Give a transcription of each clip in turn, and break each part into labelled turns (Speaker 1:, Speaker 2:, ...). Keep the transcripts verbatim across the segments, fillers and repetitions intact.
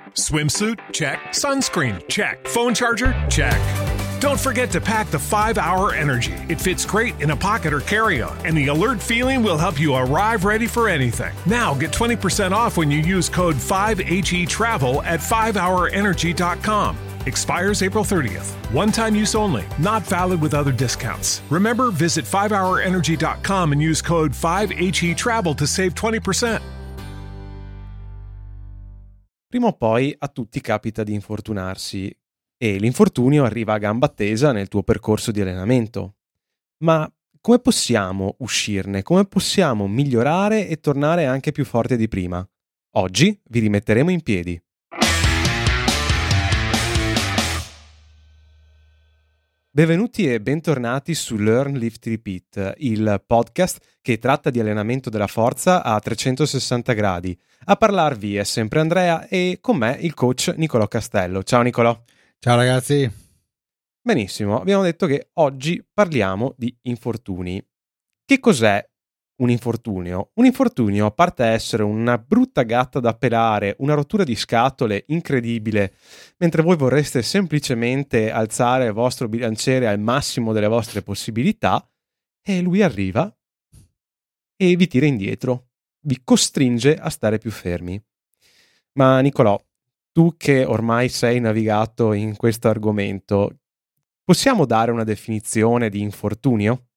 Speaker 1: Swimsuit? Check. Sunscreen? Check. Phone charger? Check. Don't forget to pack the five hour Energy. It fits great in a pocket or carry-on, and the alert feeling will help you arrive ready for anything. Now get twenty percent off when you use code five H E Travel at five hour energy dot com. Expires April thirtieth. One-time use only. Not valid with other discounts. Remember, visit five hour energy dot com and use code five H E Travel to save twenty percent.
Speaker 2: Prima o poi a tutti capita di infortunarsi e l'infortunio arriva a gamba tesa nel tuo percorso di allenamento. Ma come possiamo uscirne? Come possiamo migliorare e tornare anche più forte di prima? Oggi vi rimetteremo in piedi. Benvenuti e bentornati su Learn, Lift, Repeat, il podcast che tratta di allenamento della forza a trecentosessanta gradi. A parlarvi è sempre Andrea e con me il coach Nicolò Castello. Ciao Nicolò.
Speaker 3: Ciao ragazzi.
Speaker 2: Benissimo, abbiamo detto che oggi parliamo di infortuni. Che cos'è un infortunio? Un infortunio, a parte essere una brutta gatta da pelare, una rottura di scatole incredibile, mentre voi vorreste semplicemente alzare il vostro bilanciere al massimo delle vostre possibilità, e lui arriva e vi tira indietro, vi costringe a stare più fermi. Ma Nicolò, tu che ormai sei navigato in questo argomento, possiamo dare una definizione di infortunio?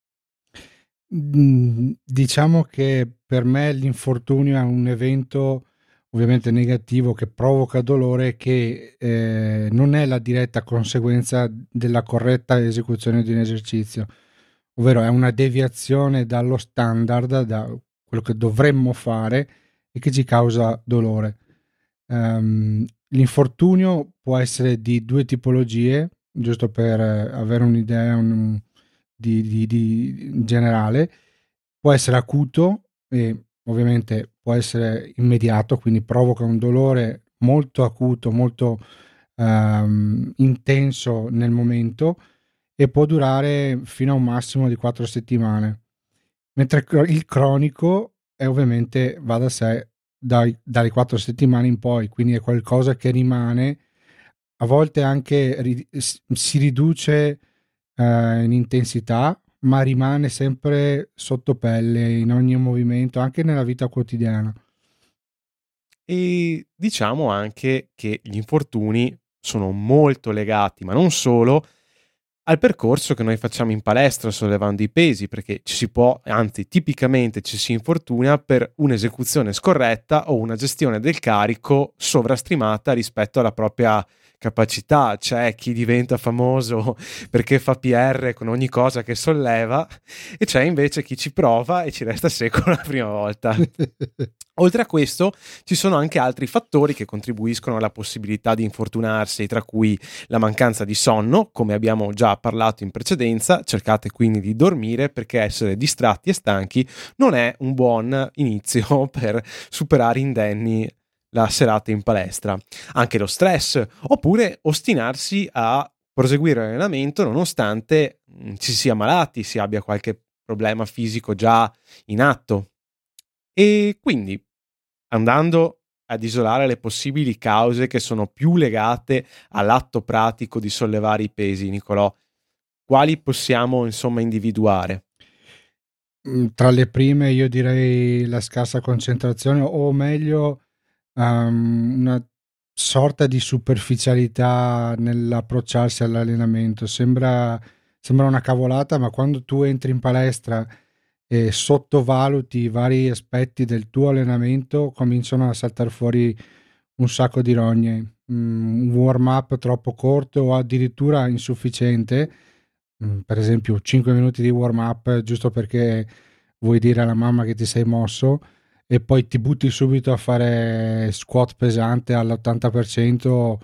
Speaker 3: Diciamo che per me l'infortunio è un evento ovviamente negativo che provoca dolore, che eh, non è la diretta conseguenza della corretta esecuzione di un esercizio, ovvero è una deviazione dallo standard, da quello che dovremmo fare e che ci causa dolore. Um, l'infortunio può essere di due tipologie, giusto per avere un'idea un, di, di, di generale. Può essere acuto e ovviamente può essere immediato, quindi provoca un dolore molto acuto, molto um, intenso nel momento, e può durare fino a un massimo di quattro settimane, mentre il cronico è ovviamente, va da sé, dai, dalle quattro settimane in poi, quindi è qualcosa che rimane, a volte anche ri, si riduce eh, in intensità, ma rimane sempre sotto pelle in ogni movimento, anche nella vita quotidiana.
Speaker 2: E diciamo anche che gli infortuni sono molto legati, ma non solo, al percorso che noi facciamo in palestra sollevando i pesi, perché ci si può, anzi tipicamente ci si infortuna per un'esecuzione scorretta o una gestione del carico sovrastimata rispetto alla propria capacità. C'è chi diventa famoso perché fa P R con ogni cosa che solleva, e c'è invece chi ci prova e ci resta secco la prima volta. Oltre a questo ci sono anche altri fattori che contribuiscono alla possibilità di infortunarsi, tra cui la mancanza di sonno, come abbiamo già parlato in precedenza. Cercate quindi di dormire, perché essere distratti e stanchi non è un buon inizio per superare indenni la serata in palestra. Anche lo stress, oppure ostinarsi a proseguire l'allenamento nonostante ci sia malati, si abbia qualche problema fisico già in atto. E quindi, andando ad isolare le possibili cause che sono più legate all'atto pratico di sollevare i pesi, Nicolò, quali possiamo insomma individuare?
Speaker 3: Tra le prime io direi la scarsa concentrazione, o meglio um, una sorta di superficialità nell'approcciarsi all'allenamento. Sembra, sembra una cavolata, ma quando tu entri in palestra e sottovaluti i vari aspetti del tuo allenamento, cominciano a saltare fuori un sacco di rogne. Mm, un warm up troppo corto o addirittura insufficiente, mm, per esempio cinque minuti di warm up giusto perché vuoi dire alla mamma che ti sei mosso, e poi ti butti subito a fare squat pesante all'ottanta per cento,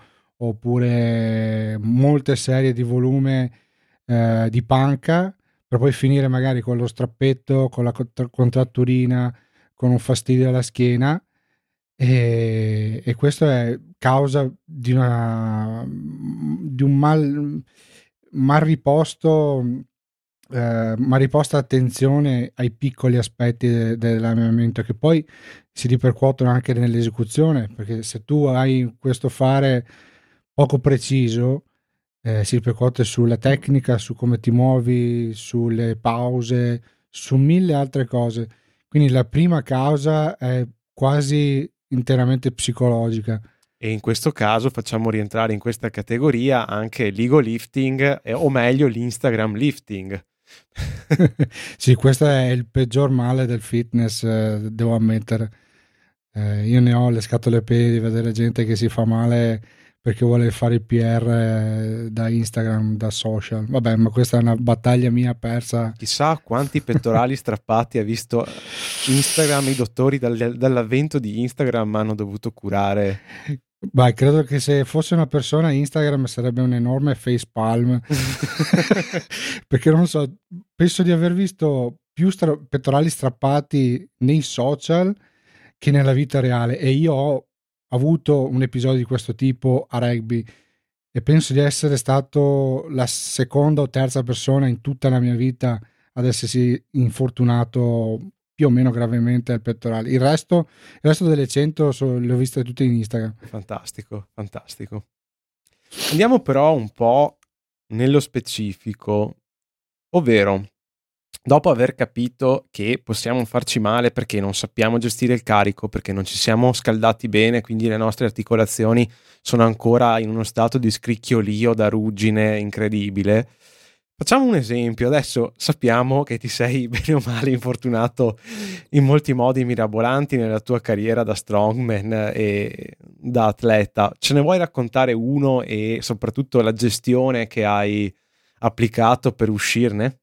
Speaker 3: oppure molte serie di volume eh, di panca, per poi finire magari con lo strappetto, con la contratturina, con un fastidio alla schiena, e, e questo è causa di, una, di un mal, mal riposto eh, ma riposta attenzione ai piccoli aspetti de- dell'allenamento che poi si ripercuotono anche nell'esecuzione, perché se tu hai questo fare poco preciso, eh, si ripercuote sulla tecnica, su come ti muovi, sulle pause, su mille altre cose. Quindi la prima causa è quasi interamente psicologica.
Speaker 2: E in questo caso facciamo rientrare in questa categoria anche l'ego lifting, eh, o meglio l'Instagram lifting.
Speaker 3: Sì, questo è il peggior male del fitness, eh, devo ammettere. Eh, io ne ho le scatole piene di vedere gente che si fa male perché vuole fare il P R eh, da Instagram, da social. Vabbè, ma questa è una battaglia mia persa.
Speaker 2: Chissà quanti pettorali strappati ha visto Instagram, i dottori dal- dall'avvento di Instagram hanno dovuto curare.
Speaker 3: Beh, credo che se fosse una persona Instagram sarebbe un enorme facepalm. Perché non so, penso di aver visto più stra- pettorali strappati nei social che nella vita reale, e io ho avuto un episodio di questo tipo a rugby e penso di essere stato la seconda o terza persona in tutta la mia vita ad essersi infortunato più o meno gravemente al pettorale. Il resto, il resto delle cento so- le ho viste tutte in Instagram.
Speaker 2: Fantastico, fantastico. Andiamo però un po' nello specifico, ovvero dopo aver capito che possiamo farci male perché non sappiamo gestire il carico, perché non ci siamo scaldati bene, quindi le nostre articolazioni sono ancora in uno stato di scricchiolio da ruggine incredibile. Facciamo un esempio. Adesso sappiamo che ti sei bene o male infortunato in molti modi mirabolanti nella tua carriera da strongman e da atleta. Ce ne vuoi raccontare uno e soprattutto la gestione che hai applicato per uscirne?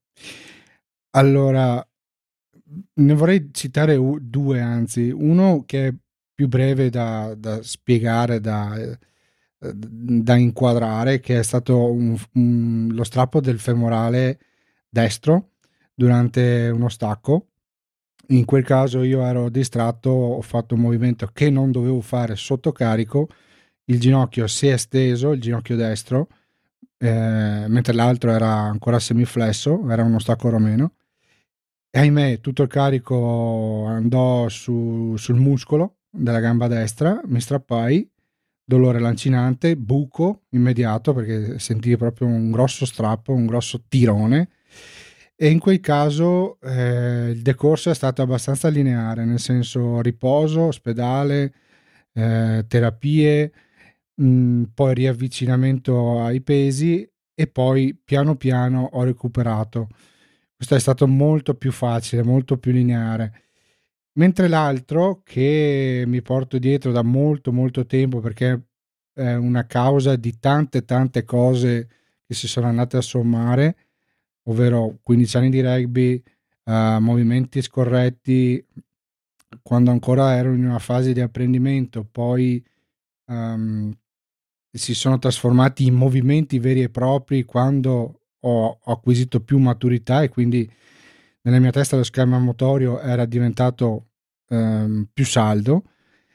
Speaker 3: Allora, ne vorrei citare u- due, anzi, uno che è più breve da, da spiegare, da, eh, da inquadrare, che è stato un- un- lo strappo del femorale destro durante uno stacco. In quel caso io ero distratto, ho fatto un movimento che non dovevo fare sotto carico, il ginocchio si è steso, il ginocchio destro, eh, mentre l'altro era ancora semiflesso, era uno stacco romeno. E ahimè, tutto il carico andò su- sul muscolo della gamba destra, mi strappai, dolore lancinante, buco immediato perché sentii proprio un grosso strappo, un grosso tirone. E in quel caso eh, il decorso è stato abbastanza lineare, nel senso riposo, ospedale, eh, terapie, mh, poi riavvicinamento ai pesi e poi piano piano ho recuperato. Questo è stato molto più facile, molto più lineare. Mentre l'altro, che mi porto dietro da molto molto tempo perché è una causa di tante tante cose che si sono andate a sommare, ovvero quindici anni di rugby, eh, movimenti scorretti quando ancora ero in una fase di apprendimento, poi ehm, si sono trasformati in movimenti veri e propri quando ho, ho acquisito più maturità e quindi nella mia testa lo schema motorio era diventato ehm, più saldo,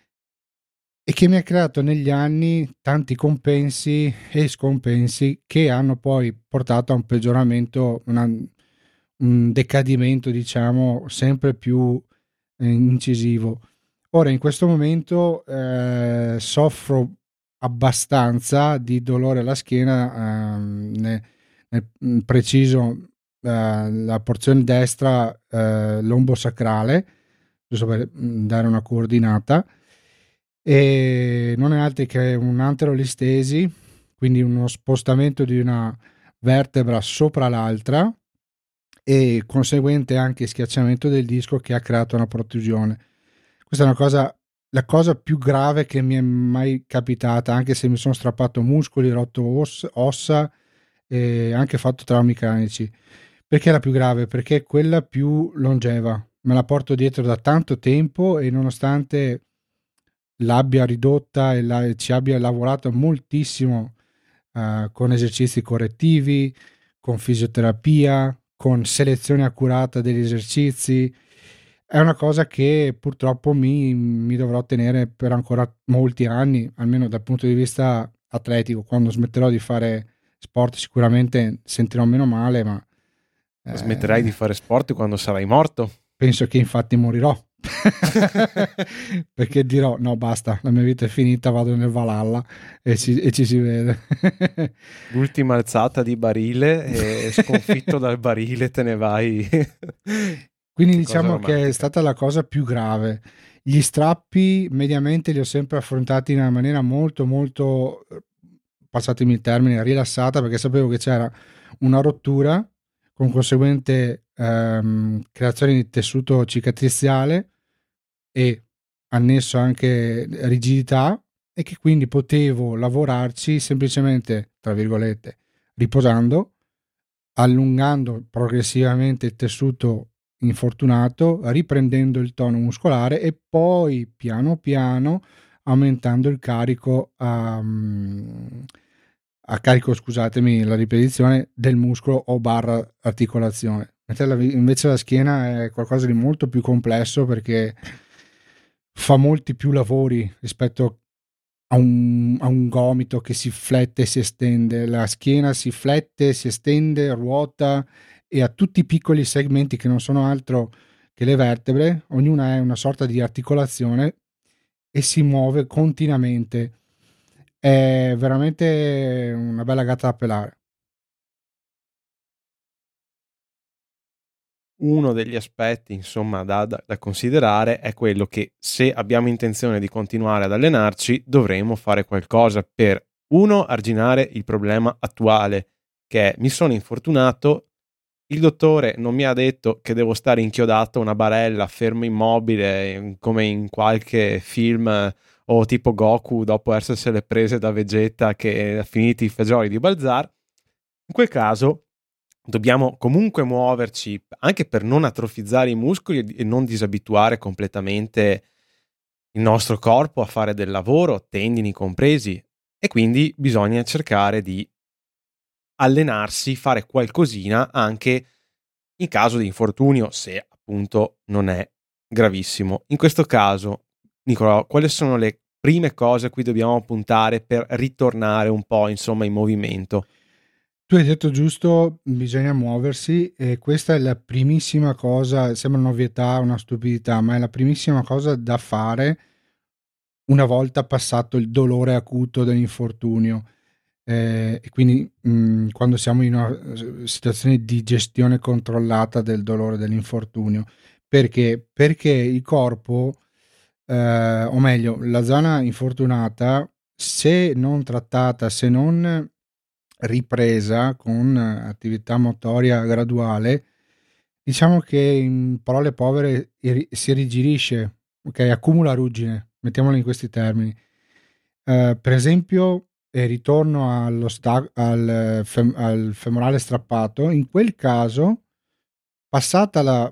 Speaker 3: e che mi ha creato negli anni tanti compensi e scompensi che hanno poi portato a un peggioramento, una- un decadimento, diciamo, sempre più eh, incisivo. Ora, in questo momento eh, soffro abbastanza di dolore alla schiena, ehm, ne- nel preciso eh, la porzione destra, eh, lombosacrale, giusto per mm, dare una coordinata, e non è altro che un'anterolistesi, quindi uno spostamento di una vertebra sopra l'altra e conseguente anche schiacciamento del disco che ha creato una protrusione. Questa è una cosa, la cosa più grave che mi è mai capitata, anche se mi sono strappato muscoli, rotto os- ossa e anche fatto traumi cranici. Perché è la più grave? Perché è quella più longeva. Me la porto dietro da tanto tempo e nonostante l'abbia ridotta e la, ci abbia lavorato moltissimo eh, con esercizi correttivi, con fisioterapia, con selezione accurata degli esercizi, è una cosa che purtroppo mi, mi dovrò tenere per ancora molti anni, almeno dal punto di vista atletico. Quando smetterò di fare sport sicuramente sentirò meno male, ma
Speaker 2: Smetterai
Speaker 3: eh,
Speaker 2: di fare sport quando sarai morto?
Speaker 3: Penso che infatti morirò. Perché dirò no, basta, la mia vita è finita, vado nel Valhalla e ci, e ci si vede.
Speaker 2: L'ultima alzata di barile e sconfitto dal barile te ne vai.
Speaker 3: Quindi
Speaker 2: Che
Speaker 3: diciamo
Speaker 2: cosa
Speaker 3: che è
Speaker 2: romantica.
Speaker 3: stata la cosa più grave. Gli strappi mediamente li ho sempre affrontati in una maniera molto molto, passatemi il termine, rilassata, perché sapevo che c'era una rottura con conseguente ehm, creazione di tessuto cicatriziale e annesso anche rigidità, e che quindi potevo lavorarci semplicemente, tra virgolette, riposando, allungando progressivamente il tessuto infortunato, riprendendo il tono muscolare e poi piano piano aumentando il carico a, a carico, scusatemi la ripetizione, del muscolo o barra articolazione. Invece la schiena è qualcosa di molto più complesso, perché fa molti più lavori rispetto a un, a un gomito che si flette e si estende. La schiena si flette, si estende, ruota, e ha tutti i piccoli segmenti che non sono altro che le vertebre, ognuna è una sorta di articolazione e si muove continuamente. È veramente una bella gatta da pelare.
Speaker 2: Uno degli aspetti, insomma, da, da, da considerare è quello che, se abbiamo intenzione di continuare ad allenarci, dovremo fare qualcosa per, uno, arginare il problema attuale, che è: mi sono infortunato, il dottore non mi ha detto che devo stare inchiodato a una barella, fermo immobile, come in qualche film, o tipo Goku dopo essersele prese da Vegeta che ha finito i fagioli di Balzar. In quel caso dobbiamo comunque muoverci, anche per non atrofizzare i muscoli e non disabituare completamente il nostro corpo a fare del lavoro, tendini compresi, e quindi bisogna cercare di allenarsi, fare qualcosina anche in caso di infortunio, se appunto non è gravissimo. In questo caso, Nicolò, quali sono le prime cose a cui dobbiamo puntare per ritornare un po', insomma, in movimento?
Speaker 3: Tu hai detto giusto, bisogna muoversi, e questa è la primissima cosa. Sembra un'ovvietà, una stupidità, ma è la primissima cosa da fare una volta passato il dolore acuto dell'infortunio. Eh, e quindi mh, quando siamo in una situazione di gestione controllata del dolore dell'infortunio. Perché? Perché il corpo, eh, o meglio, la zona infortunata, se non trattata, se non ripresa con attività motoria graduale, diciamo che in parole povere si irrigidisce, ok? Accumula ruggine, mettiamolo in questi termini. Uh, per esempio, eh, ritorno allo sta- al, fem- al femorale strappato. In quel caso, passata la,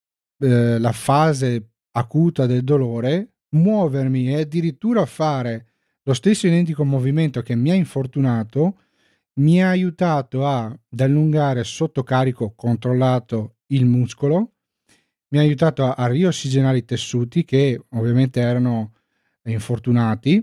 Speaker 3: eh, la fase acuta del dolore, muovermi e addirittura fare lo stesso identico movimento che mi ha infortunato mi ha aiutato a, ad allungare sotto carico controllato il muscolo, mi ha aiutato a, a riossigenare i tessuti che ovviamente erano infortunati,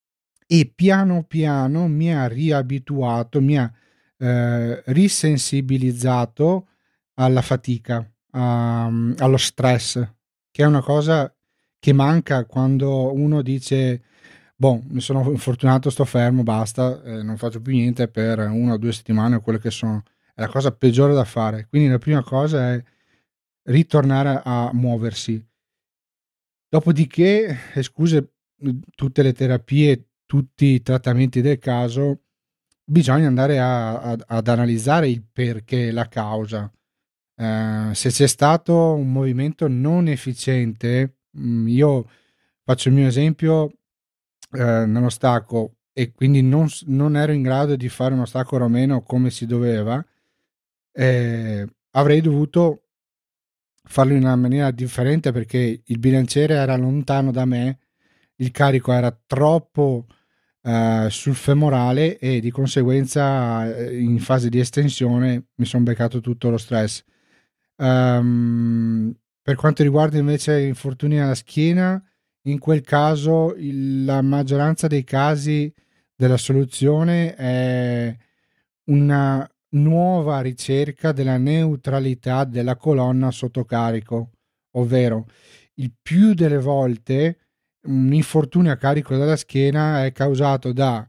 Speaker 3: e piano piano mi ha riabituato, mi ha eh, risensibilizzato alla fatica, a, allo stress, che è una cosa che manca quando uno dice: boh, mi sono infortunato, sto fermo, basta, eh, non faccio più niente per una o due settimane o quelle che sono. È la cosa peggiore da fare. Quindi la prima cosa è ritornare a muoversi. Dopodiché, escluse tutte le terapie, tutti i trattamenti del caso, bisogna andare a, a, ad analizzare il perché, la causa. Eh, se c'è stato un movimento non efficiente, mh, io faccio il mio esempio, eh, nello stacco, e quindi non, non ero in grado di fare uno stacco romeno come si doveva, eh, avrei dovuto farlo in una maniera differente, perché il bilanciere era lontano da me, il carico era troppo eh, sul femorale, e di conseguenza eh, in fase di estensione mi sono beccato tutto lo stress. Um, per quanto riguarda invece infortuni alla schiena, in quel caso il, la maggioranza dei casi della soluzione è una nuova ricerca della neutralità della colonna sotto carico, ovvero il più delle volte un infortunio a carico della schiena è causato da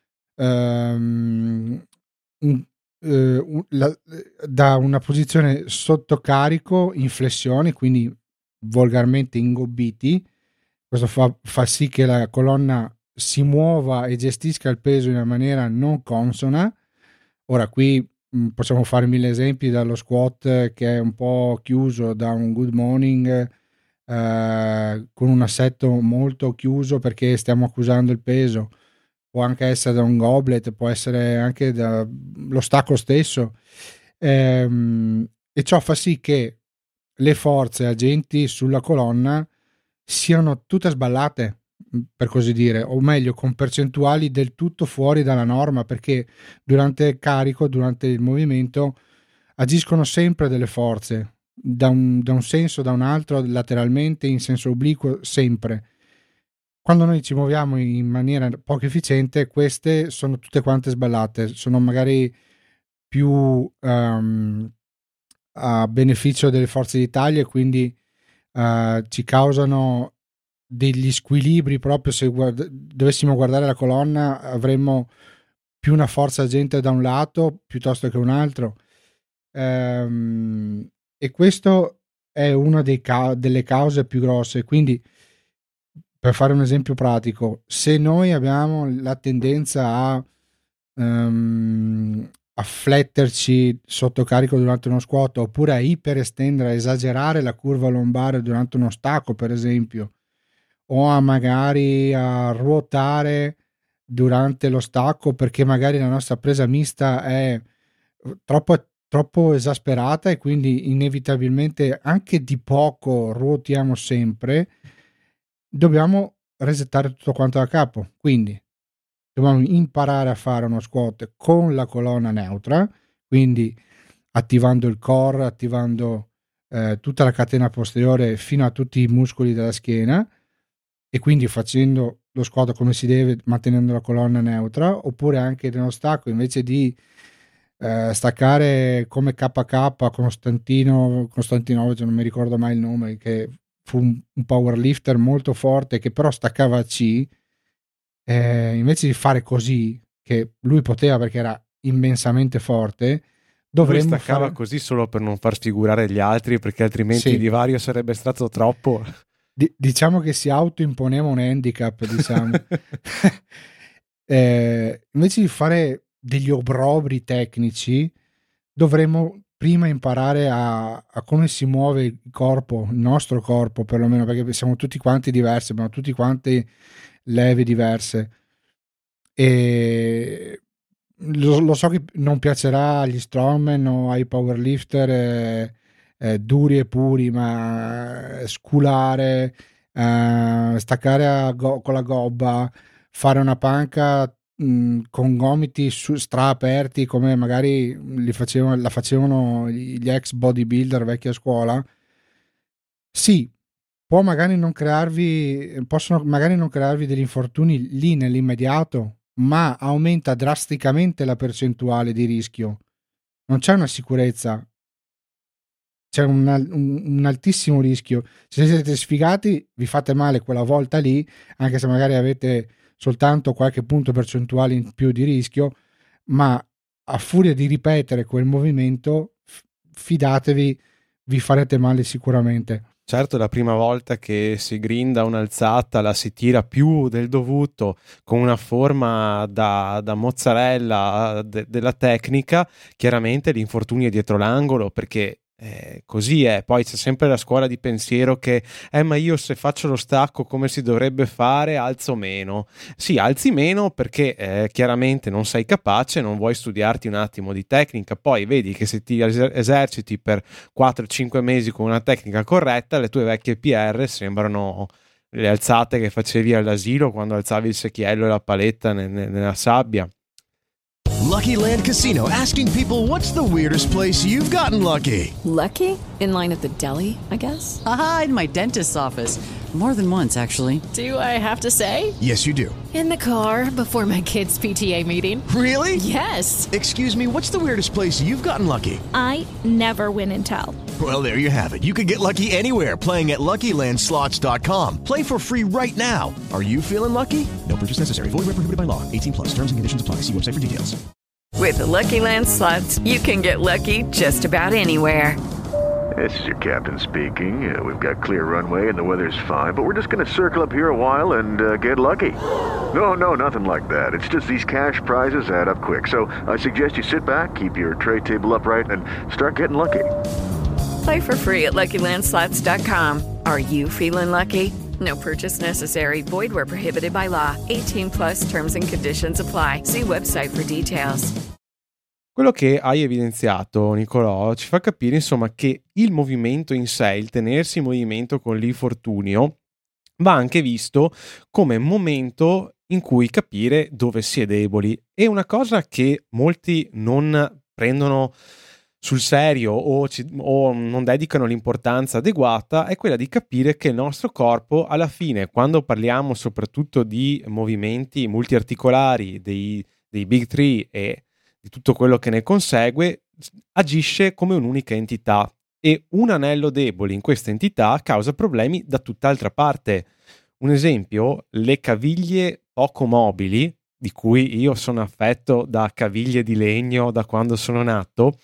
Speaker 3: um, un, uh, la, da una posizione sotto carico in flessione, quindi volgarmente ingobbiti. Questo fa, fa sì che la colonna si muova e gestisca il peso in una maniera non consona. Ora qui mh, possiamo fare mille esempi, dallo squat che è un po' chiuso, da un good morning eh, con un assetto molto chiuso perché stiamo accusando il peso, può anche essere da un goblet, può essere anche dallo stacco stesso, ehm, e ciò fa sì che le forze agenti sulla colonna siano tutte sballate, per così dire, o meglio con percentuali del tutto fuori dalla norma, perché durante il carico, durante il movimento agiscono sempre delle forze da un, da un senso, da un altro, lateralmente, in senso obliquo, sempre. Quando noi ci muoviamo in maniera poco efficiente, queste sono tutte quante sballate, sono magari più um, a beneficio delle forze di taglio e quindi uh, ci causano degli squilibri. Proprio se guarda- dovessimo guardare la colonna, avremmo più una forza agente da un lato piuttosto che un altro. Ehm, e questo è una dei ca- delle cause più grosse. Quindi, per fare un esempio pratico, se noi abbiamo la tendenza a, um, a fletterci sotto carico durante uno squat, oppure a iperestendere, a esagerare la curva lombare durante uno stacco, per esempio, o a magari a ruotare durante lo stacco perché magari la nostra presa mista è troppo, troppo esasperata e quindi inevitabilmente anche di poco ruotiamo sempre, dobbiamo resettare tutto quanto da capo. Quindi dobbiamo imparare a fare uno squat con la colonna neutra, quindi attivando il core, attivando eh, tutta la catena posteriore fino a tutti i muscoli della schiena, e quindi facendo lo squat come si deve, mantenendo la colonna neutra, oppure anche nello stacco, invece di eh, staccare come K K Costantino Costantinovic, non mi ricordo mai il nome, che fu un, un powerlifter molto forte che però staccava a C, eh, invece di fare così, che lui poteva perché era immensamente forte, dovremmo
Speaker 2: lui staccava
Speaker 3: fare
Speaker 2: così solo per non far sfigurare gli altri, perché altrimenti
Speaker 3: sì.
Speaker 2: il divario sarebbe stato troppo.
Speaker 3: D- diciamo che si autoimponeva un handicap, diciamo. eh, invece di fare degli obrobri tecnici, dovremmo prima imparare a, a come si muove il corpo, il nostro corpo perlomeno, perché siamo tutti quanti diversi, abbiamo tutti quanti leve diverse. E lo, lo so che non piacerà agli strongman o ai powerlifter eh, eh, duri e puri, ma sculare, eh, staccare a go- con la gobba, fare una panca mh, con gomiti su- stra-aperti come magari li facevano, la facevano gli ex bodybuilder vecchia scuola. Sì, può magari non crearvi, possono magari non crearvi degli infortuni lì nell'immediato, ma aumenta drasticamente la percentuale di rischio. Non c'è una sicurezza, c'è un, un, un altissimo rischio. Se siete sfigati, vi fate male quella volta lì, anche se magari avete soltanto qualche punto percentuale in più di rischio, ma a furia di ripetere quel movimento, fidatevi, vi farete male sicuramente.
Speaker 2: Certo, la prima volta che si grinda un'alzata la si tira più del dovuto, con una forma da, da mozzarella de, della tecnica, chiaramente l'infortunio è dietro l'angolo, perché eh, così è. Poi c'è sempre la scuola di pensiero che eh, ma io se faccio lo stacco come si dovrebbe fare alzo meno. Sì, alzi meno perché eh, chiaramente non sei capace, non vuoi studiarti un attimo di tecnica, poi vedi che se ti eserciti per quattro cinque mesi con una tecnica corretta, le tue vecchie P R sembrano le alzate che facevi all'asilo quando alzavi il secchiello e la paletta nel, nella sabbia.
Speaker 4: Lucky Land Casino, asking people, what's the weirdest place you've gotten lucky?
Speaker 5: Lucky? In line at the deli, I guess?
Speaker 6: Aha, in my dentist's office. More than once, actually.
Speaker 5: Do I have to say?
Speaker 4: Yes, you do.
Speaker 5: In the car before my kids' P T A meeting.
Speaker 4: Really?
Speaker 5: Yes.
Speaker 4: Excuse me, what's the weirdest place you've gotten lucky?
Speaker 7: I never win and tell.
Speaker 4: Well, there you have it. You can get lucky anywhere, playing at Lucky Land Slots dot com. Play for free right now. Are you feeling lucky? No purchase necessary. Void where prohibited by law. eighteen plus. Terms and conditions apply. See website for details.
Speaker 8: With the Lucky Land Slots, you can get lucky just about anywhere.
Speaker 9: This is your captain speaking. Uh, we've got clear runway and the weather's fine, but we're just going to circle up here a while and uh, get lucky. No, no, nothing like that. It's just these cash prizes add up quick. So I suggest you sit back, keep your tray table upright, and start getting lucky.
Speaker 8: Play for free at Lucky Land Slots dot com. Are you feeling lucky? No purchase necessary. Void where prohibited by law. eighteen plus terms and conditions apply. See website for details.
Speaker 2: Quello che hai evidenziato, Nicolò, ci fa capire insomma che il movimento in sé, il tenersi in movimento con l'infortunio, va anche visto come momento in cui capire dove si è deboli. E una cosa che molti non prendono sul serio o, ci, o non dedicano l'importanza adeguata è quella di capire che il nostro corpo, alla fine, quando parliamo soprattutto di movimenti multiarticolari, dei, dei Big Three e di tutto quello che ne consegue, agisce come un'unica entità e un anello debole in questa entità causa problemi da tutt'altra parte. Un esempio, le caviglie poco mobili, di cui io sono affetto da caviglie di legno da quando sono nato,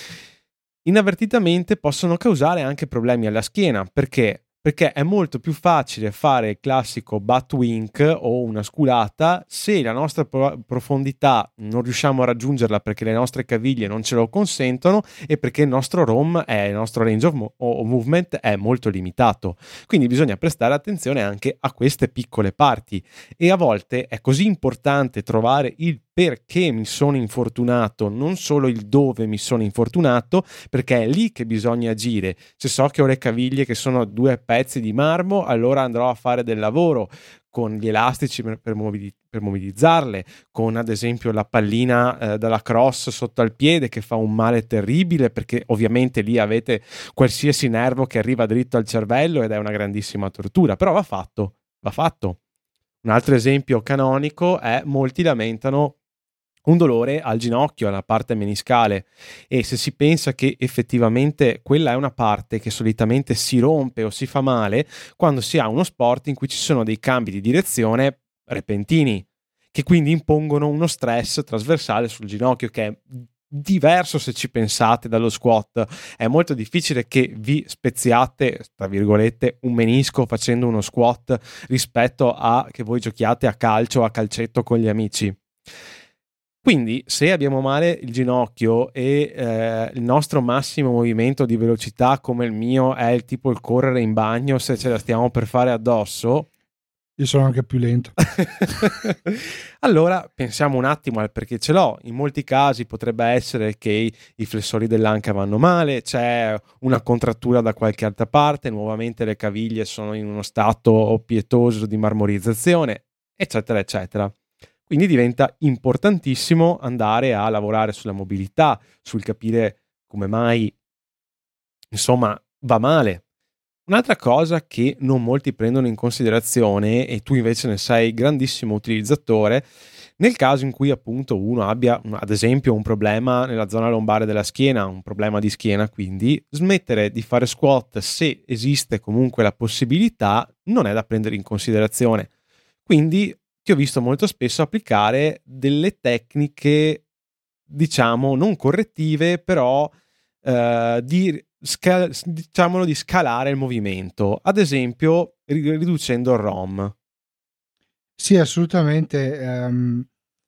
Speaker 2: inavvertitamente possono causare anche problemi alla schiena. Perché? Perché è molto più facile fare il classico butt wink o una sculata se la nostra pro- profondità non riusciamo a raggiungerla perché le nostre caviglie non ce lo consentono e perché il nostro R O M, è, il nostro range of mo- o movement è molto limitato. Quindi bisogna prestare attenzione anche a queste piccole parti e a volte è così importante trovare il perché mi sono infortunato, non solo il dove mi sono infortunato, perché è lì che bisogna agire. Se so che ho le caviglie che sono due pezzi di marmo, allora andrò a fare del lavoro con gli elastici per, per, mobili- per mobilizzarle, con ad esempio la pallina eh, dalla cross sotto al piede che fa un male terribile, perché ovviamente lì avete qualsiasi nervo che arriva dritto al cervello ed è una grandissima tortura, però va fatto, va fatto. Un altro esempio canonico è molti lamentano un dolore al ginocchio, alla parte meniscale, e se si pensa che effettivamente quella è una parte che solitamente si rompe o si fa male quando si ha uno sport in cui ci sono dei cambi di direzione repentini, che quindi impongono uno stress trasversale sul ginocchio che è diverso, se ci pensate, dallo squat. È molto difficile che vi speziate, tra virgolette, un menisco facendo uno squat rispetto a che voi giochiate a calcio o a calcetto con gli amici. Quindi se abbiamo male il ginocchio e eh, il nostro massimo movimento di velocità come il mio è il tipo il correre in bagno se ce la stiamo per fare addosso,
Speaker 3: io sono anche più lento.
Speaker 2: Allora pensiamo un attimo al perché ce l'ho. In molti casi potrebbe essere che i, i flessori dell'anca vanno male, c'è una contrattura da qualche altra parte, nuovamente le caviglie sono in uno stato pietoso di marmorizzazione, eccetera eccetera. Quindi diventa importantissimo andare a lavorare sulla mobilità, sul capire come mai, insomma, va male. Un'altra cosa che non molti prendono in considerazione, e tu invece ne sei grandissimo utilizzatore, nel caso in cui appunto uno abbia, ad esempio, un problema nella zona lombare della schiena, un problema di schiena, quindi smettere di fare squat se esiste comunque la possibilità non è da prendere in considerazione. Quindi ti ho visto molto spesso applicare delle tecniche, diciamo, non correttive, però eh, di, scal- diciamolo, di scalare il movimento, ad esempio riducendo il R O M.
Speaker 3: Sì, assolutamente. Um,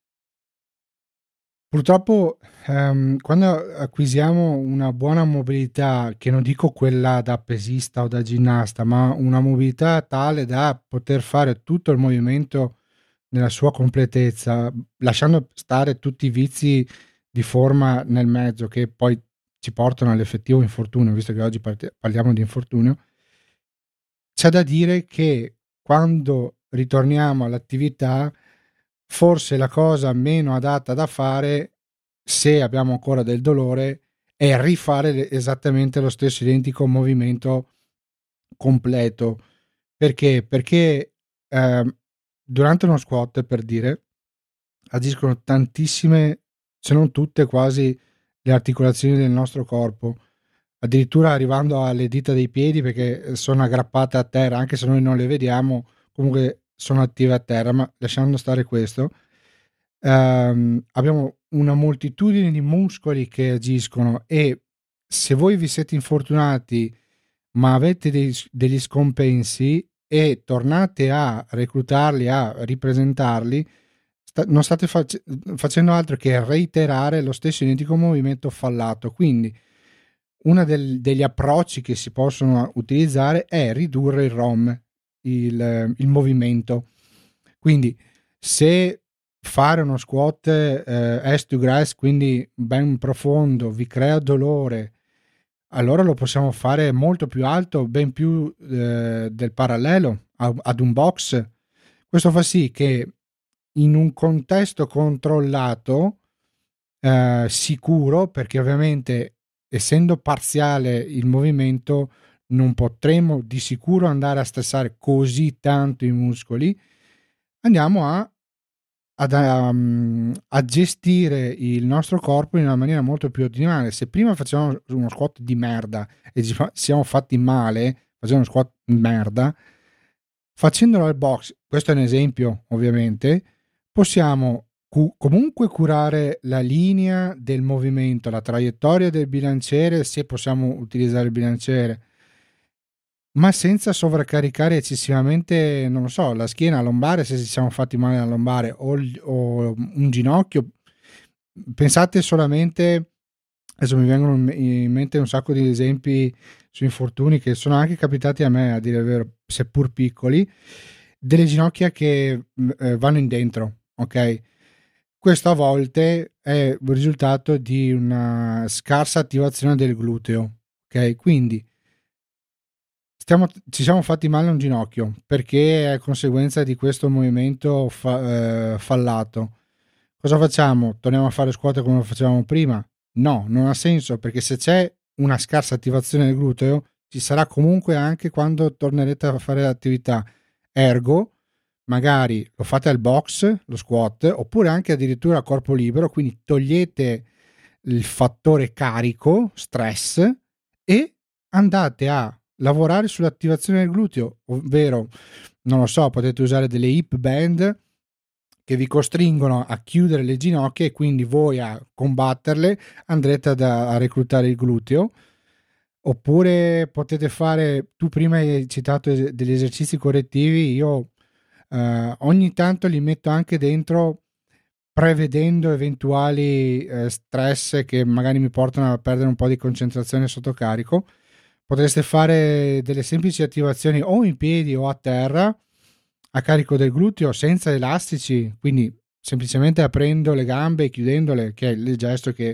Speaker 3: purtroppo um, quando acquisiamo una buona mobilità, che non dico quella da pesista o da ginnasta, ma una mobilità tale da poter fare tutto il movimento nella sua completezza, lasciando stare tutti i vizi di forma nel mezzo che poi ci portano all'effettivo infortunio, visto che oggi part- parliamo di infortunio, c'è da dire che quando ritorniamo all'attività forse la cosa meno adatta da fare se abbiamo ancora del dolore, è rifare esattamente lo stesso identico movimento completo. Perché? Perché eh, durante uno squat, per dire, agiscono tantissime, se non tutte quasi, le articolazioni del nostro corpo, addirittura arrivando alle dita dei piedi, perché sono aggrappate a terra, anche se noi non le vediamo, comunque sono attive a terra. Ma lasciando stare questo, ehm, abbiamo una moltitudine di muscoli che agiscono, e se voi vi siete infortunati ma avete dei, degli scompensi e tornate a reclutarli, a ripresentarli, sta, non state face, facendo altro che reiterare lo stesso identico movimento fallato. Quindi uno del, degli approcci che si possono utilizzare è ridurre il R O M, il, il movimento. Quindi se fare uno squat eh, ass to grass, quindi ben profondo, vi crea dolore, allora lo possiamo fare molto più alto, ben più eh, del parallelo, a, ad un box. Questo fa sì che in un contesto controllato, eh, sicuro, perché ovviamente essendo parziale il movimento non potremo di sicuro andare a stressare così tanto i muscoli, andiamo a Ad, um, a gestire il nostro corpo in una maniera molto più ottimale. Se prima facevamo uno squat di merda e ci fa- siamo fatti male, facendo uno squat di merda, facendolo al box, questo è un esempio ovviamente, possiamo cu- comunque curare la linea del movimento, la traiettoria del bilanciere, se possiamo utilizzare il bilanciere, ma senza sovraccaricare eccessivamente, non lo so, la schiena lombare, se ci siamo fatti male alla lombare, o, o un ginocchio. Pensate solamente, adesso mi vengono in mente un sacco di esempi su infortuni che sono anche capitati a me, a dire il vero, seppur piccoli, delle ginocchia che eh, vanno in dentro, ok? Questo a volte è il risultato di una scarsa attivazione del gluteo, ok? Quindi Stiamo, ci siamo fatti male a un ginocchio perché è conseguenza di questo movimento fa, eh, fallato. Cosa facciamo? Torniamo a fare squat come lo facevamo prima? No, non ha senso, perché se c'è una scarsa attivazione del gluteo ci sarà comunque anche quando tornerete a fare l'attività. Ergo, magari lo fate al box, lo squat, oppure anche addirittura a corpo libero, quindi togliete il fattore carico, stress, e andate a lavorare sull'attivazione del gluteo, ovvero, non lo so, potete usare delle hip band che vi costringono a chiudere le ginocchia, e quindi voi a combatterle andrete ad, a reclutare il gluteo. Oppure potete fare, tu prima hai citato degli esercizi correttivi, io eh, ogni tanto li metto anche dentro, prevedendo eventuali eh, stress che magari mi portano a perdere un po' di concentrazione sotto carico. Potreste fare delle semplici attivazioni o in piedi o a terra a carico del gluteo senza elastici, quindi semplicemente aprendo le gambe e chiudendole, che è il gesto che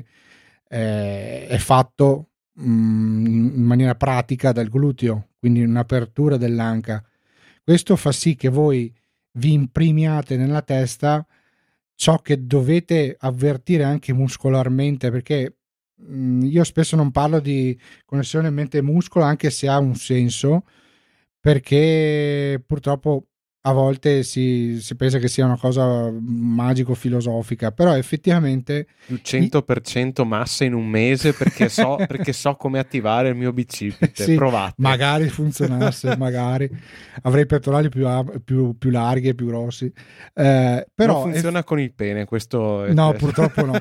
Speaker 3: eh, è fatto mh, in maniera pratica dal gluteo, quindi un'apertura dell'anca. Questo fa sì che voi vi imprimiate nella testa ciò che dovete avvertire anche muscolarmente, perché io spesso non parlo di connessione mente-muscolo, anche se ha un senso, perché purtroppo a volte si, si pensa che sia una cosa magico-filosofica, però effettivamente
Speaker 2: più cento per cento massa in un mese, perché so, perché so come attivare il mio bicipite.
Speaker 3: Sì,
Speaker 2: provate.
Speaker 3: Magari funzionasse, magari avrei pettorali più, più, più larghi e più grossi, eh, però
Speaker 2: non funziona
Speaker 3: eff...
Speaker 2: con il pene, questo è...
Speaker 3: no, purtroppo no.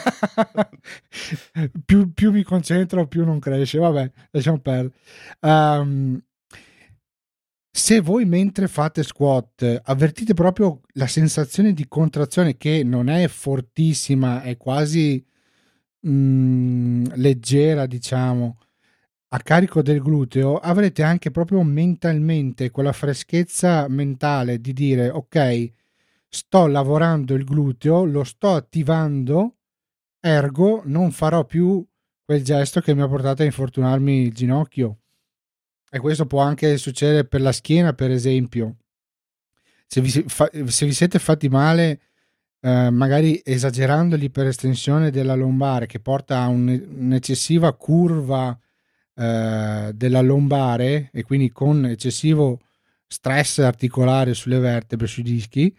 Speaker 3: più, più mi concentro più non cresce, vabbè, lasciamo perdere. um, Se voi mentre fate squat avvertite proprio la sensazione di contrazione, che non è fortissima, è quasi mh, leggera, diciamo, a carico del gluteo, avrete anche proprio mentalmente quella freschezza mentale di dire: ok, sto lavorando il gluteo, lo sto attivando, ergo non farò più quel gesto che mi ha portato a infortunarmi il ginocchio. E questo può anche succedere per la schiena, per esempio. Se vi, fa, se vi siete fatti male eh, magari esagerando l'iperestensione della lombare che porta a un, un'eccessiva curva eh, della lombare e quindi con eccessivo stress articolare sulle vertebre, sui dischi,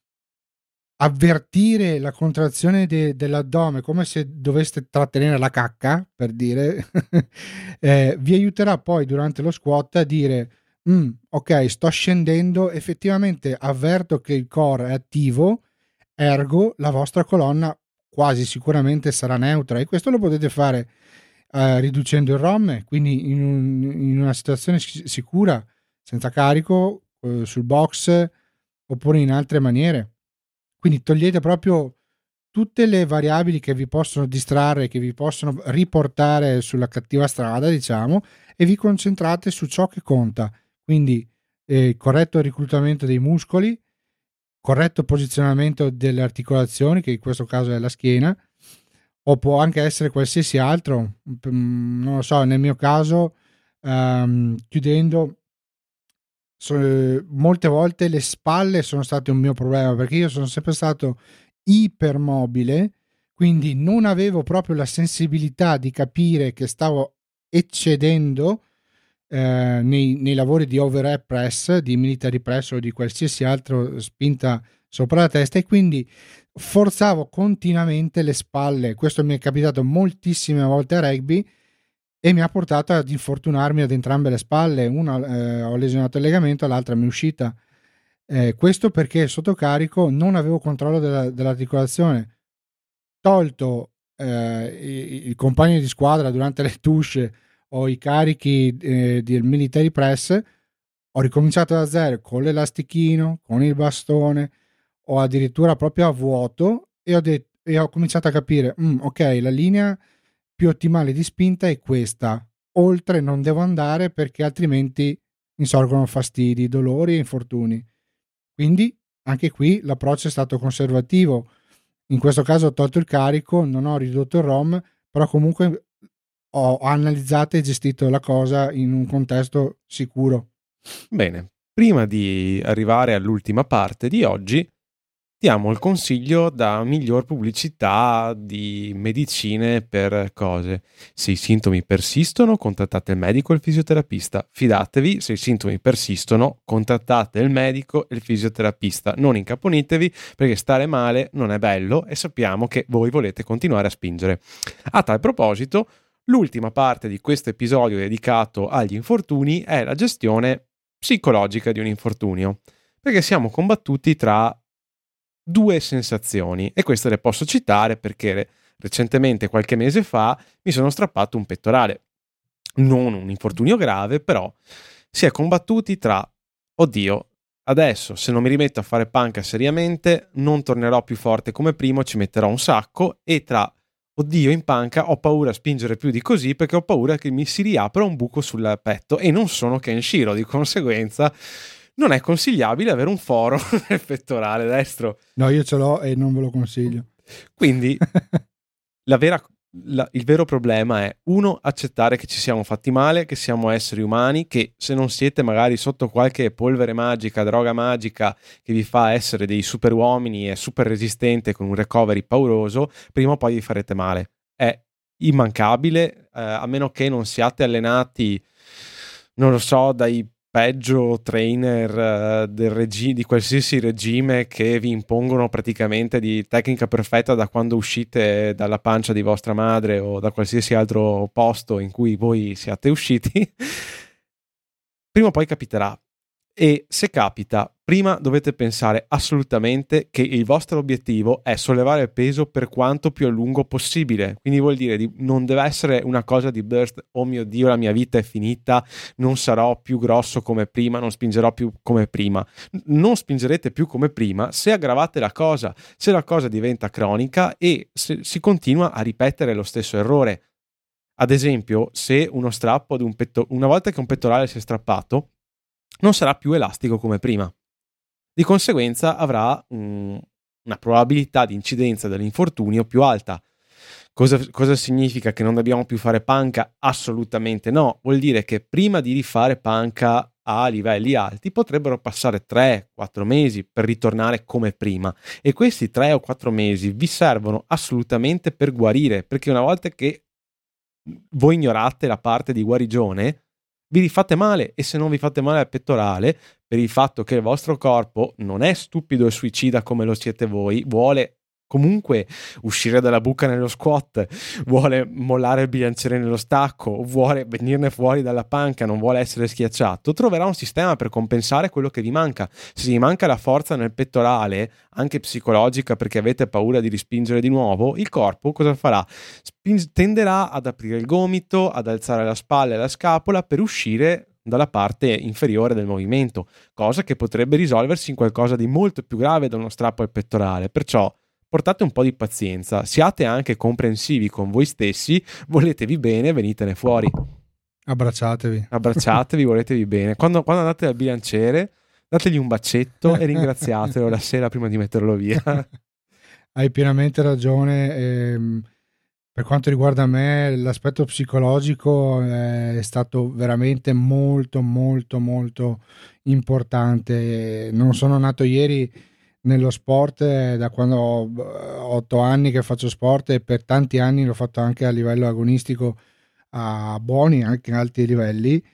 Speaker 3: avvertire la contrazione de, dell'addome come se doveste trattenere la cacca, per dire, eh, vi aiuterà poi durante lo squat a dire mm, ok, sto scendendo, effettivamente avverto che il core è attivo, ergo la vostra colonna quasi sicuramente sarà neutra, e questo lo potete fare eh, riducendo il ROM, quindi in, un, in una situazione sicura, senza carico, eh, sul box, oppure in altre maniere. Quindi togliete proprio tutte le variabili che vi possono distrarre, che vi possono riportare sulla cattiva strada, diciamo, e vi concentrate su ciò che conta. Quindi eh, corretto reclutamento dei muscoli, corretto posizionamento delle articolazioni, che in questo caso è la schiena, o può anche essere qualsiasi altro, non lo so, nel mio caso um, chiudendo, so, molte volte le spalle sono state un mio problema, perché io sono sempre stato ipermobile, quindi non avevo proprio la sensibilità di capire che stavo eccedendo eh, nei, nei lavori di overhead press, di military press o di qualsiasi altro spinta sopra la testa, e quindi forzavo continuamente le spalle. Questo mi è capitato moltissime volte a rugby e mi ha portato ad infortunarmi ad entrambe le spalle. Una eh, ho lesionato il legamento, l'altra mi è uscita. Eh, questo perché sotto carico non avevo controllo della, dell'articolazione. Tolto eh, i, i compagni di squadra durante le touche o i carichi eh, del military press, ho ricominciato da zero con l'elastichino, con il bastone, o addirittura proprio a vuoto, e ho, det- e ho cominciato a capire mm, ok, la linea più ottimale di spinta è questa, oltre non devo andare perché altrimenti insorgono fastidi, dolori e infortuni. Quindi anche qui l'approccio è stato conservativo. In questo caso ho tolto il carico, non ho ridotto il ROM, però comunque ho analizzato e gestito la cosa in un contesto sicuro.
Speaker 2: Bene, prima di arrivare all'ultima parte di oggi, diamo il consiglio da miglior pubblicità di medicine per cose. Se i sintomi persistono, contattate il medico e il fisioterapista. Fidatevi, se i sintomi persistono, contattate il medico e il fisioterapista. Non incaponitevi, perché stare male non è bello e sappiamo che voi volete continuare a spingere. A tal proposito, l'ultima parte di questo episodio dedicato agli infortuni è la gestione psicologica di un infortunio, perché siamo combattuti tra due sensazioni, e queste le posso citare perché recentemente, qualche mese fa, mi sono strappato un pettorale. Non un infortunio grave, però si è combattuti tra oddio, adesso se non mi rimetto a fare panca seriamente non tornerò più forte come prima, ci metterò un sacco, e tra oddio, in panca ho paura a spingere più di così perché ho paura che mi si riapra un buco sul petto e non sono Kenshiro, di conseguenza non è consigliabile avere un foro nel pettorale destro.
Speaker 3: No, io ce l'ho e non ve lo consiglio.
Speaker 2: Quindi la vera, la, il vero problema è, uno, accettare che ci siamo fatti male, che siamo esseri umani, che se non siete magari sotto qualche polvere magica, droga magica che vi fa essere dei super uomini e super resistente con un recovery pauroso, prima o poi vi farete male. È immancabile, eh, a meno che non siate allenati, non lo so, dai peggio trainer uh, del regi- di qualsiasi regime che vi impongono praticamente di tecnica perfetta da quando uscite dalla pancia di vostra madre o da qualsiasi altro posto in cui voi siate usciti. Prima o poi capiterà, e se capita, prima dovete pensare assolutamente che il vostro obiettivo è sollevare il peso per quanto più a lungo possibile, quindi vuol dire di, non deve essere una cosa di burst, oh mio Dio la mia vita è finita, non sarò più grosso come prima, non spingerò più come prima. Non spingerete più come prima se aggravate la cosa, se la cosa diventa cronica e se si continua a ripetere lo stesso errore. Ad esempio, se uno strappo di un petto, una volta che un pettorale si è strappato, non sarà più elastico come prima. Di conseguenza avrà um, una probabilità di incidenza dell'infortunio più alta. Cosa, cosa significa che non dobbiamo più fare panca? Assolutamente no. Vuol dire che prima di rifare panca a livelli alti, potrebbero passare tre quattro mesi per ritornare come prima, e questi tre o quattro mesi vi servono assolutamente per guarire, perché una volta che voi ignorate la parte di guarigione vi rifate male, e se non vi fate male al pettorale, per il fatto che il vostro corpo non è stupido e suicida come lo siete voi, vuole comunque uscire dalla buca nello squat, vuole mollare il bilanciere nello stacco, vuole venirne fuori dalla panca, non vuole essere schiacciato, troverà un sistema per compensare quello che vi manca. Se vi manca la forza nel pettorale, anche psicologica, perché avete paura di rispingere di nuovo, il corpo cosa farà? Sping- tenderà ad aprire il gomito, ad alzare la spalla e la scapola per uscire dalla parte inferiore del movimento, cosa che potrebbe risolversi in qualcosa di molto più grave da uno strappo al pettorale. Perciò portate un po' di pazienza, siate anche comprensivi con voi stessi, voletevi bene, venitene fuori.
Speaker 3: Abbracciatevi.
Speaker 2: Abbracciatevi, voletevi bene. Quando, quando andate al bilanciere, dategli un bacetto e ringraziatelo la sera prima di metterlo via.
Speaker 3: Hai pienamente ragione. Ehm, per quanto riguarda me, l'aspetto psicologico è stato veramente molto, molto, molto importante. Non sono nato ieri nello sport, eh, da quando ho otto anni che faccio sport, e per tanti anni l'ho fatto anche a livello agonistico a buoni, anche alti livelli.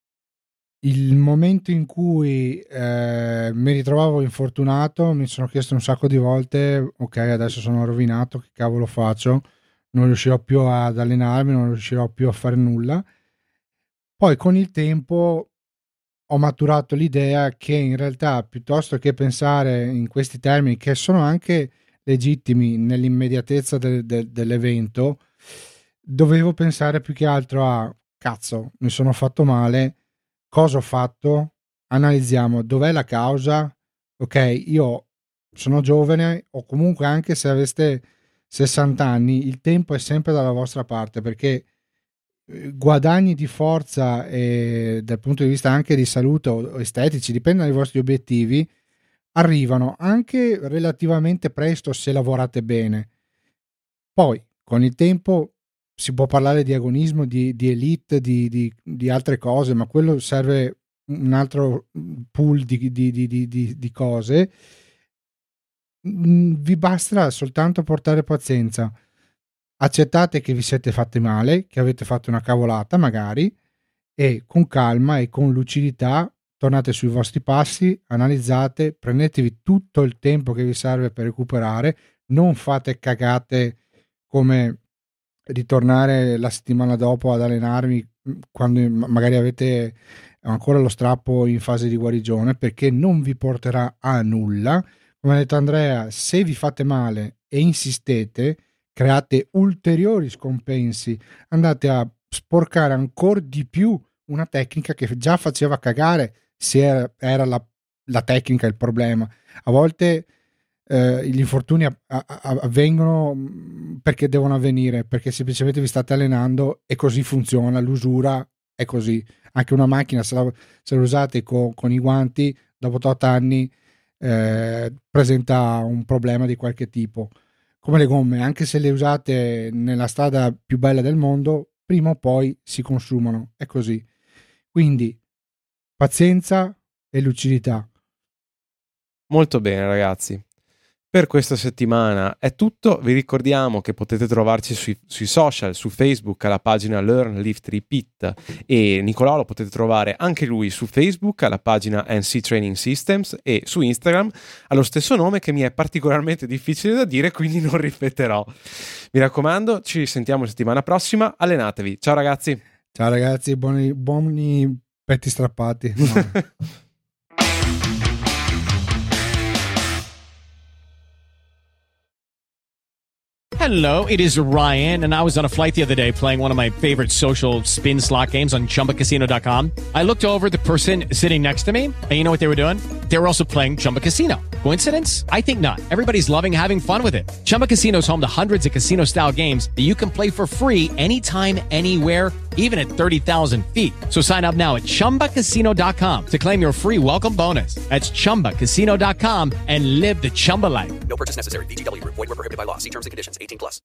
Speaker 3: Il momento in cui eh, mi ritrovavo infortunato, mi sono chiesto un sacco di volte: ok, adesso sono rovinato, che cavolo faccio? Non riuscirò più ad allenarmi, non riuscirò più a fare nulla. Poi con il tempo ho maturato l'idea che in realtà, piuttosto che pensare in questi termini, che sono anche legittimi nell'immediatezza de- de- dell'evento, dovevo pensare più che altro a: cazzo, mi sono fatto male, cosa ho fatto? Analizziamo dov'è la causa. Ok, io sono giovane, o comunque anche se aveste sessanta anni, il tempo è sempre dalla vostra parte, perché guadagni di forza e dal punto di vista anche di salute o estetici, dipende dai vostri obiettivi, arrivano anche relativamente presto se lavorate bene. Poi con il tempo si può parlare di agonismo, di, di elite, di, di, di altre cose, ma quello serve un altro pool di, di, di, di, di cose. Vi basta soltanto portare pazienza. Accettate che vi siete fatti male, che avete fatto una cavolata magari, e con calma e con lucidità tornate sui vostri passi, analizzate, prendetevi tutto il tempo che vi serve per recuperare, non fate cagate come ritornare la settimana dopo ad allenarmi quando magari avete ancora lo strappo in fase di guarigione, perché non vi porterà a nulla. Come ha detto Andrea, se vi fate male e insistete, create ulteriori scompensi, andate a sporcare ancora di più una tecnica che già faceva cagare, se era, era la, la tecnica il problema. A volte eh, gli infortuni a, a, a, avvengono perché devono avvenire, perché semplicemente vi state allenando e così funziona, l'usura è così. Anche una macchina, se la, se la usate con, con i guanti, dopo otto anni eh, presenta un problema di qualche tipo. Come le gomme, anche se le usate nella strada più bella del mondo, prima o poi si consumano, è così. Quindi pazienza e lucidità.
Speaker 2: Molto bene ragazzi, per questa settimana è tutto. Vi ricordiamo che potete trovarci sui, sui social, su Facebook alla pagina Learn, Lift, Repeat, e Nicolò lo potete trovare anche lui su Facebook alla pagina N C Training Systems, e su Instagram allo stesso nome, che mi è particolarmente difficile da dire, quindi non ripeterò. Mi raccomando, ci sentiamo settimana prossima, allenatevi. Ciao ragazzi.
Speaker 3: Ciao ragazzi, buoni, buoni petti strappati. No.
Speaker 10: Hello, it is Ryan, and I was on a flight the other day playing one of my favorite social spin slot games on Chumba Casino dot com. I looked over at the person sitting next to me, and you know what they were doing? They were also playing Chumba Casino. Coincidence? I think not. Everybody's loving having fun with it. Chumba Casino is home to hundreds of casino-style games that you can play for free anytime, anywhere, even at thirty thousand feet. So sign up now at Chumba Casino dot com to claim your free welcome bonus. That's Chumba Casino dot com and live the Chumba life.
Speaker 11: No purchase necessary. V G W. Void where prohibited by law. See terms and conditions. eighteen plus.